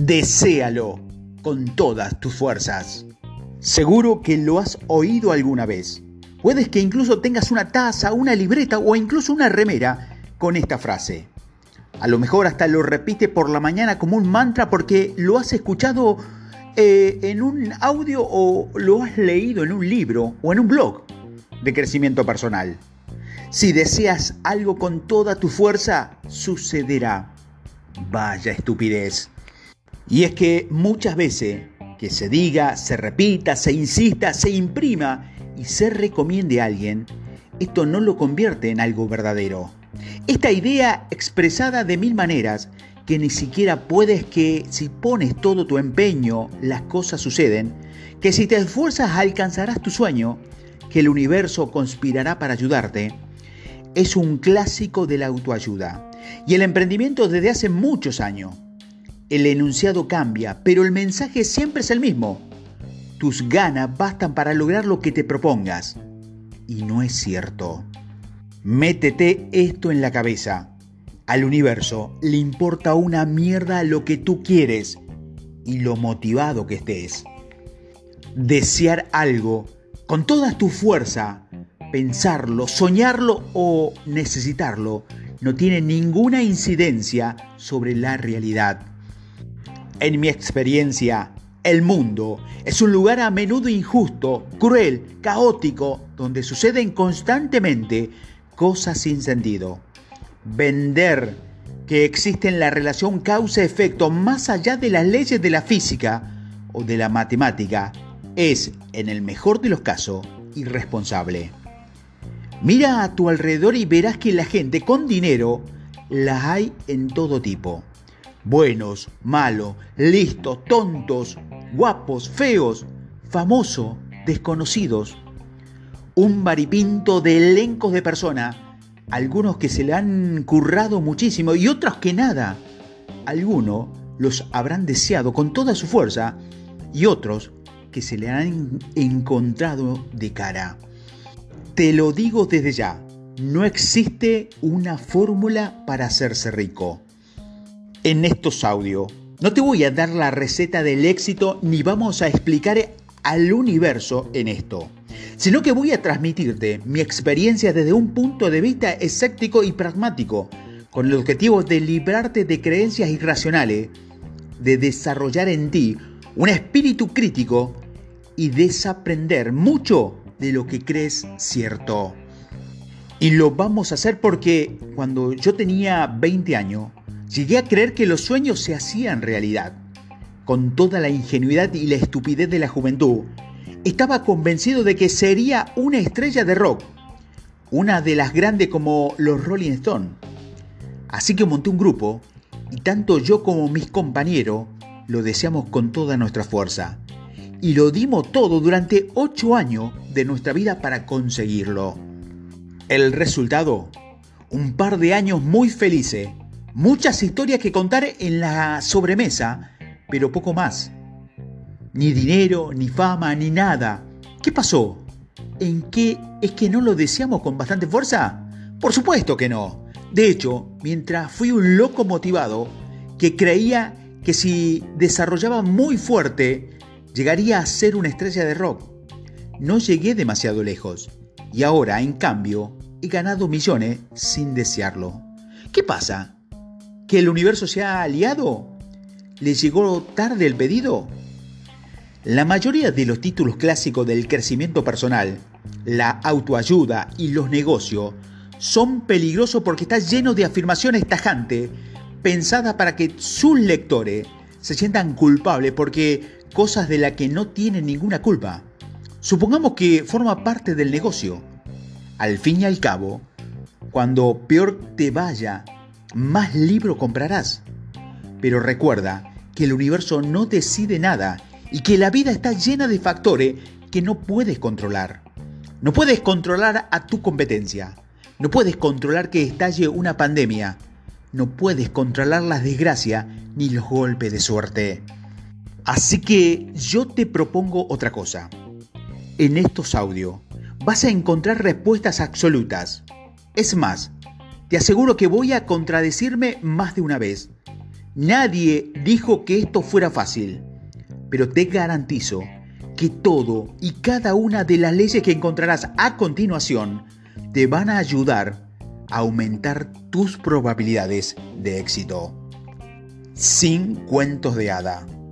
Deséalo con todas tus fuerzas. Seguro que lo has oído alguna vez. Puedes que incluso tengas una taza, una libreta o incluso una remera con esta frase. A lo mejor hasta lo repites por la mañana como un mantra porque lo has escuchado en un audio o lo has leído en un libro o en un blog de crecimiento personal. Si deseas algo con toda tu fuerza, sucederá. Vaya estupidez. Y es que muchas veces que se diga, se repita, se insista, se imprima y se recomiende a alguien, esto no lo convierte en algo verdadero. Esta idea expresada de mil maneras que ni siquiera puedes, que si pones todo tu empeño las cosas suceden, que si te esfuerzas alcanzarás tu sueño, que el universo conspirará para ayudarte, es un clásico de la autoayuda y el emprendimiento desde hace muchos años. El enunciado cambia, pero el mensaje siempre es el mismo. Tus ganas bastan para lograr lo que te propongas. Y no es cierto. Métete esto en la cabeza. Al universo le importa una mierda lo que tú quieres y lo motivado que estés. Desear algo con toda tu fuerza, pensarlo, soñarlo o necesitarlo, no tiene ninguna incidencia sobre la realidad. En mi experiencia, el mundo es un lugar a menudo injusto, cruel, caótico, donde suceden constantemente cosas sin sentido. Vender que existe en la relación causa-efecto más allá de las leyes de la física o de la matemática es, en el mejor de los casos, irresponsable. Mira a tu alrededor y verás que la gente con dinero la hay en todo tipo. Buenos, malos, listos, tontos, guapos, feos, famosos, desconocidos. Un variopinto de elencos de personas, algunos que se le han currado muchísimo y otros que nada. Algunos los habrán deseado con toda su fuerza y otros que se le han encontrado de cara. Te lo digo desde ya, no existe una fórmula para hacerse rico. En estos audios no te voy a dar la receta del éxito ni vamos a explicar al universo en esto, sino que voy a transmitirte mi experiencia desde un punto de vista escéptico y pragmático, con el objetivo de librarte de creencias irracionales, de desarrollar en ti un espíritu crítico y desaprender mucho de lo que crees cierto. Y lo vamos a hacer porque cuando yo tenía 20 años, llegué a creer que los sueños se hacían realidad. Con toda la ingenuidad y la estupidez de la juventud, estaba convencido de que sería una estrella de rock, una de las grandes como los Rolling Stones. Así que monté un grupo y tanto yo como mis compañeros lo deseamos con toda nuestra fuerza. Y lo dimos todo durante 8 años de nuestra vida para conseguirlo. El resultado, un par de años muy felices, muchas historias que contar en la sobremesa, pero poco más. Ni dinero, ni fama, ni nada. ¿Qué pasó? ¿En qué es que no lo deseamos con bastante fuerza? Por supuesto que no. De hecho, mientras fui un loco motivado que creía que si desarrollaba muy fuerte, llegaría a ser una estrella de rock. No llegué demasiado lejos. Y ahora, en cambio, he ganado millones sin desearlo. ¿Qué pasa? ¿Que el universo se ha aliado? ¿Le llegó tarde el pedido? La mayoría de los títulos clásicos del crecimiento personal, la autoayuda y los negocios son peligrosos porque están llenos de afirmaciones tajantes pensadas para que sus lectores se sientan culpables porque cosas de las que no tienen ninguna culpa. Supongamos que forma parte del negocio. Al fin y al cabo, cuando peor te vaya, más libros comprarás. Pero recuerda que el universo no decide nada y que la vida está llena de factores que no puedes controlar. No puedes controlar a tu competencia. No puedes controlar que estalle una pandemia. No puedes controlar las desgracias ni los golpes de suerte. Así que yo te propongo otra cosa. En estos audios vas a encontrar respuestas absolutas. Es más, te aseguro que voy a contradecirme más de una vez. Nadie dijo que esto fuera fácil, pero te garantizo que todo y cada una de las leyes que encontrarás a continuación te van a ayudar a aumentar tus probabilidades de éxito. Sin cuentos de hada.